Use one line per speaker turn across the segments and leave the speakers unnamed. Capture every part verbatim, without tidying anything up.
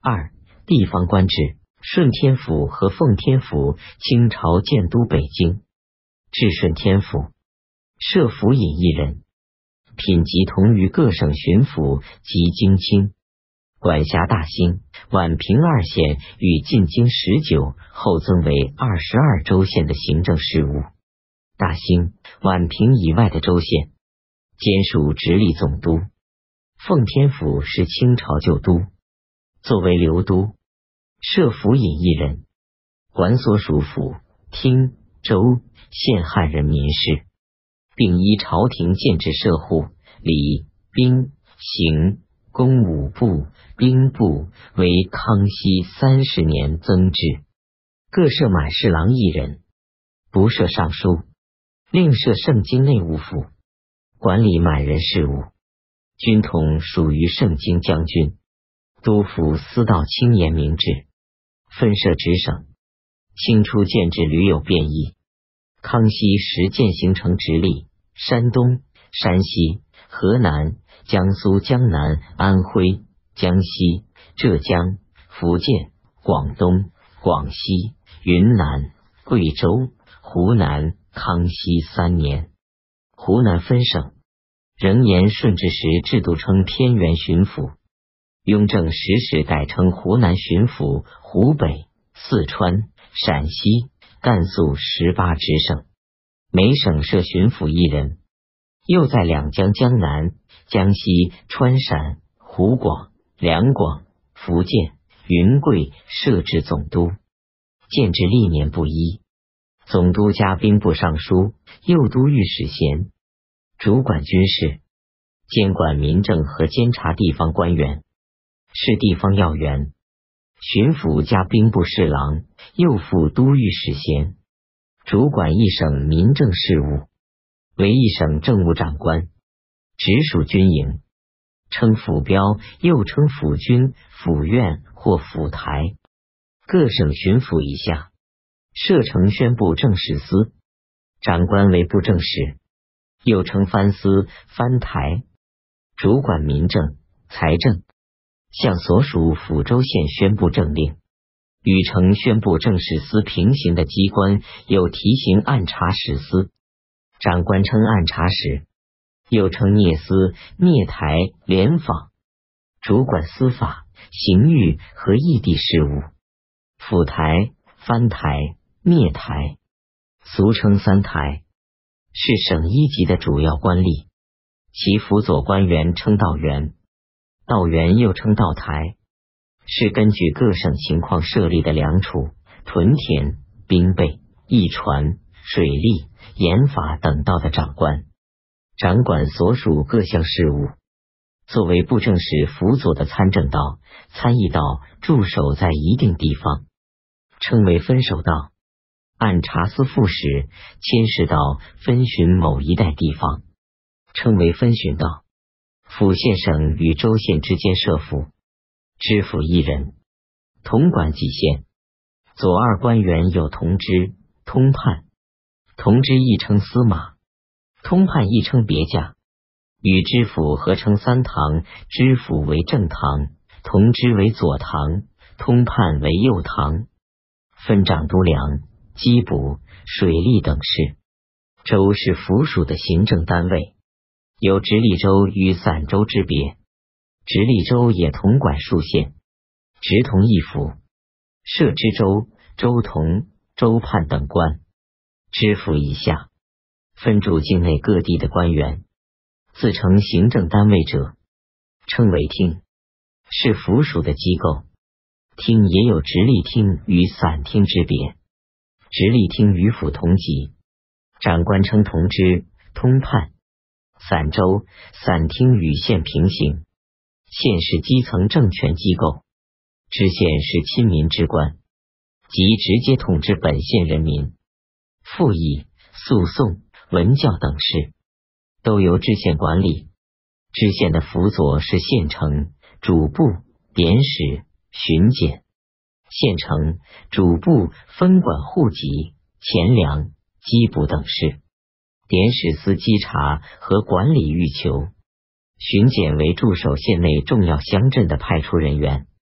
二、地方官制。顺天府和奉天府清朝建都北京。至顺天府，设府尹一人，品级同于各省巡抚及京卿，管辖大兴、宛平二县与进京十九后增为二十二州县的行政事务。大兴、宛平以外的州县兼属直隶总督。奉天府是清朝旧都，作为留都，设府尹一人，管所属府、厅、州、县汉人民事，并依朝廷建制设户、礼、兵、刑、工五部、兵部为康熙三十年增制，各设满侍郎一人，不设尚书，另设盛京内务府，管理满人事务。军统属于盛京将军，督抚司道清严明制，分设直省。清初建制屡有变异，康熙时渐形成直隶、山东、山西、河南、江苏、江南、安徽、江西、浙江、福建、广东、广西、云南、贵州、湖南。康熙三年，湖南分省，仍沿顺治时制度称偏原巡抚。雍正时时改称湖南巡抚，湖北、四川、陕西、甘肃十八直省，每省设巡抚一人。又在两江江南、江西、川陕、湖广、两广、福建、云贵设置总督，建制历年不一。总督加兵部尚书、右都御史衔，主管军事，监管民政和监察地方官员，是地方要员。巡抚加兵部侍郎，右副都御史衔，主管一省民政事务，为一省政务长官，直属军营，称府标，又称府军、府院或府台。各省巡抚以下设承宣部正史司，长官为部正使，又称藩司、藩台，主管民政、财政，向所属府州县宣布政令。与承宣部正史司平行的机关有提刑按察使司，长官称按察使，又称聂司、聂台、联访，主管司法、刑狱和异地事务。府台、藩台、聂台，俗称三台，是省一级的主要官吏，其辅佐官员称道员，道员又称道台，是根据各省情况设立的粮储、屯田、兵备、驿船、水利、盐法等道的长官，掌管所属各项事务。作为部正使辅佐的参政道、参议道驻守在一定地方，称为分守道。按察司副使监视道分巡某一带地方，称为分巡道。府县省与州县之间设府，知府一人，统管几县。左二官员有同知、通判，同知亦称司马，通判亦称别驾。与知府合称三堂，知府为正堂，同知为左堂，通判为右堂，分掌督粮、缉捕、水利等事。州是府属的行政单位，有直隶州与散州之别。直隶州也统管数县，直同一府，设知州、州同、州判等官。知府以下分驻境内各地的官员，自称行政单位者，称为厅，是府属的机构。厅也有直隶厅与散厅之别。直隶厅与府同级，长官称同知、通判。散州、散厅与县平行，县是基层政权机构，知县是亲民之官，即直接统治本县人民。赋役、诉讼、文教等事都由知县管理。知县的辅佐是县丞、主簿、典史、巡检。县丞、主簿分管户籍、钱粮、缉捕等事，典史司稽查和管理狱囚，巡检为驻守县内重要乡镇的派出人员。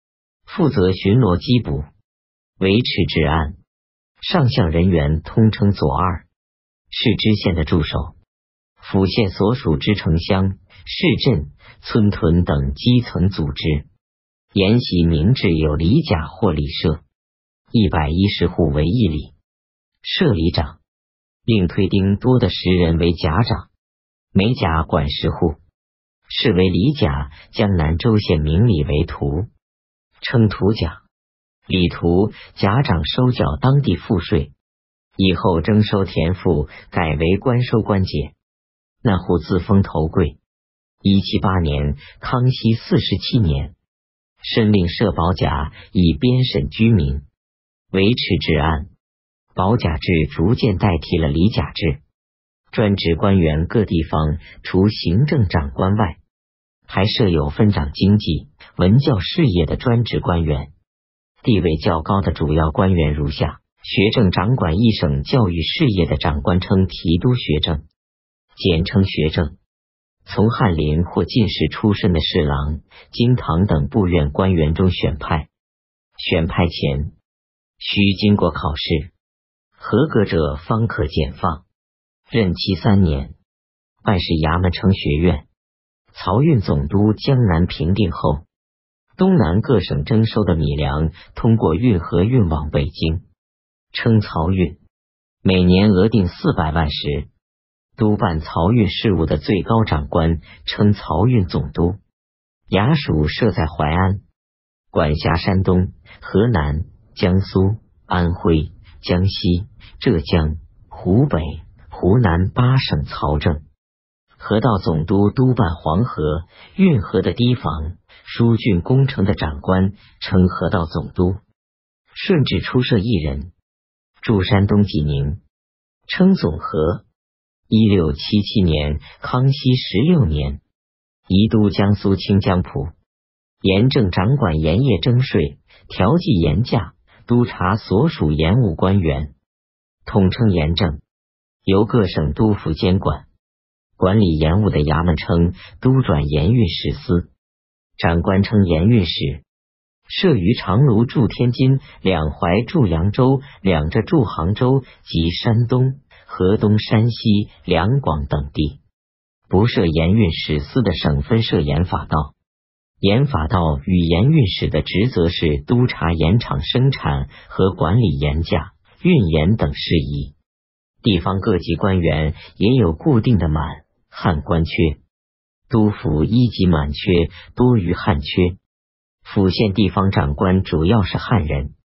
负责巡逻缉捕，维持治安。上项人员通称左二，是知县的助手。府县所属之城乡、市镇、村屯等基层组织，沿袭明制有里甲或里社，一百一十户为一里，设里长，另推丁多的十人为甲长，每甲管十户，是为里甲。江南州县明里为图，称图甲。里图甲长收缴当地赋税，以后征收田赋改为官收官节。那户自封头贵。一七八年，康熙四十七年，申令设保甲以编审居民，维持治安。保甲制逐渐代替了里甲制。专职官员各地方除行政长官外，还设有分掌经济、文教事业的专职官员。地位较高的主要官员如下：学政掌管一省教育事业的长官称提督学政，简称学政。从翰林或进士出身的侍郎、经堂等部院官员中选派，选派前需经过考试，合格者方可减放，任期三年。办事衙门称学院。漕运总督江南平定后，东南各省征收的米粮通过运河运往北京，称漕运。每年额定四百万石。督办漕运事务的最高长官称漕运总督。衙署设在淮安，管辖山东、河南、江苏、安徽、江西、浙江、湖北、湖南八省漕政。河道总督督办黄河、运河的堤防、疏浚工程的长官称河道总督。顺治出设一人，驻山东济宁，称总河。一六七七年，康熙十六年，移都江苏清江浦，盐政掌管盐业征税、调剂盐价，督察所属盐务官员，统称盐政，由各省督府监管。管理盐务的衙门称都转盐运使司，长官称盐运使。设于长芦驻天津、两淮驻扬州、两浙驻杭州及山东、河东、山西、两广等地。不设盐运使司的省分设盐法道。盐法道与盐运使的职责是督察盐场生产和管理盐价、运盐等事宜。地方各级官员也有固定的满、汉官缺。督府一级满缺多于汉缺。府县地方长官主要是汉人，